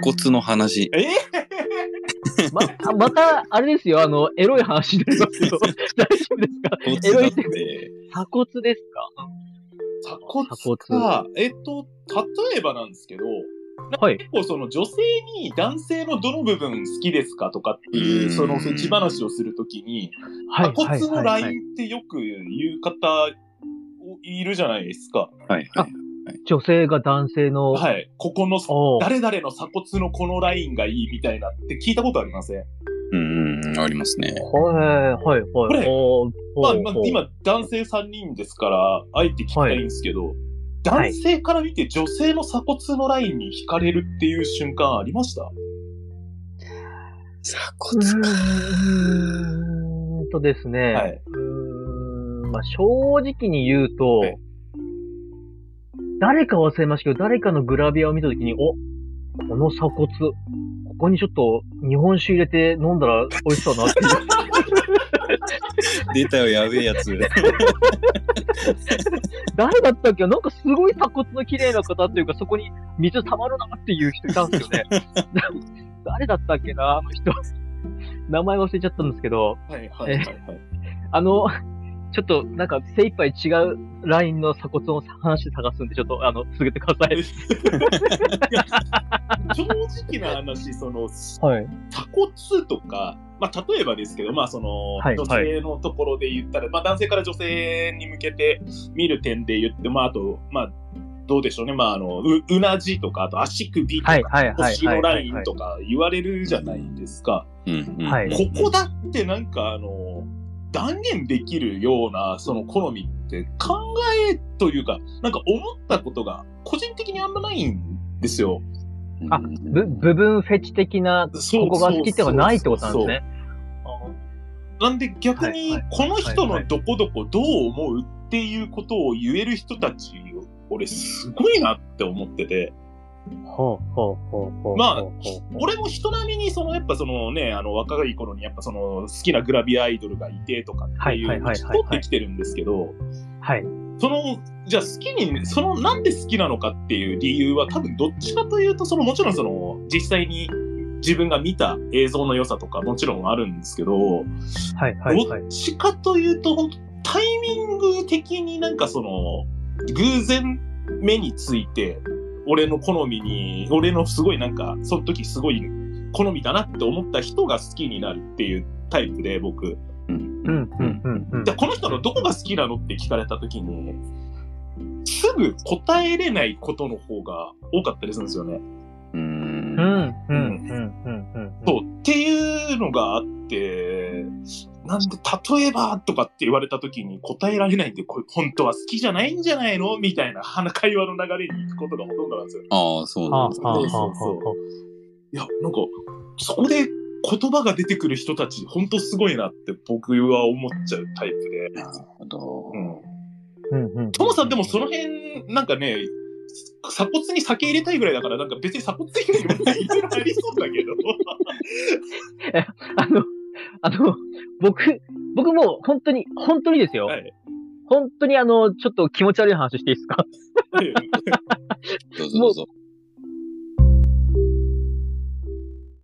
骨の話。 また、あれですよ、エロい話になりますけど、大丈夫ですか？エロいって、鎖骨ですか？ 鎖骨か。例えばなんですけど、 はい。 結構その女性に男性のどの部分好きですかとかっていう、そのフェチ話をするときに、鎖骨のラインってよく言う方いるじゃないですか。 はいはい。 女性が男性の。 はい。ここの、誰々の鎖骨のこのラインがいいみたいなって聞いたことありません？ ありますね。 はい。 これ、今、男性3人ですから、あえて聞きたいんですけど、男性から見て女性の鎖骨のラインに惹かれるっていう瞬間ありました？ 鎖骨か。 ですね。 はい。 正直に言うと、誰か忘れましたけど、誰かのグラビアを見たときに、この鎖骨、ここにちょっと日本酒入れて飲んだら美味しそうだなっていう。 出たよ、やべえやつ。 誰だったっけ？なんかすごい鎖骨の綺麗な方っていうか、そこに水溜まるなっていう人いたんですよね。誰だったっけな、あの人。名前忘れちゃったんですけど。ちょっと、なんか、精一杯違うラインの鎖骨の話探すんで、ちょっと、続けてください。 正直な話、鎖骨とか、例えばですけど、女性のところで言ったら、男性から女性に向けて見る点で言って、あと、どうでしょうね、うなじとか、あと足首とか、腰のラインとか言われるじゃないですか。ここだってなんか断言できるようなその好みって考えというか、なんか思ったことが個人的にあんまないんですよ。 部分フェチ的な、ここが好きってのはないってことなんですね。 なんで逆に、この人のどこどこどう思うっていうことを言える人たち、俺すごいなって思ってて。俺も人並みにやっぱ若い頃にやっぱ好きなグラビアアイドルがいてとかっていうのを取ってきてるんですけど、じゃあ好きに、なんで好きなのかっていう理由は多分どっちかというと、もちろん実際に自分が見た映像の良さとかもちろんあるんですけど、どっちかというと、タイミング的になんか偶然目について、俺のすごいなんか、その時すごい好みだなって思った人が好きになるっていうタイプで、僕。じゃあこの人のどこが好きなのって聞かれた時に、すぐ答えれないことの方が多かったりするんですよね。そう、っていうのがあって、なんで、例えばとかって言われた時に答えられないんで、これ本当は好きじゃないんじゃないのみたいな会話の流れに行くことがほとんどなんですよ。 そうなんですね。 いや、なんか、そこで言葉が出てくる人たち、本当すごいなって僕は思っちゃうタイプで。 なるほど。 トモさんでもその辺、なんかね、鎖骨に酒入れたいぐらいだから、なんか別に鎖骨以外にもいろいろありそうだけど。僕も本当にですよ。本当にちょっと気持ち悪い話していいですか？ どうぞ。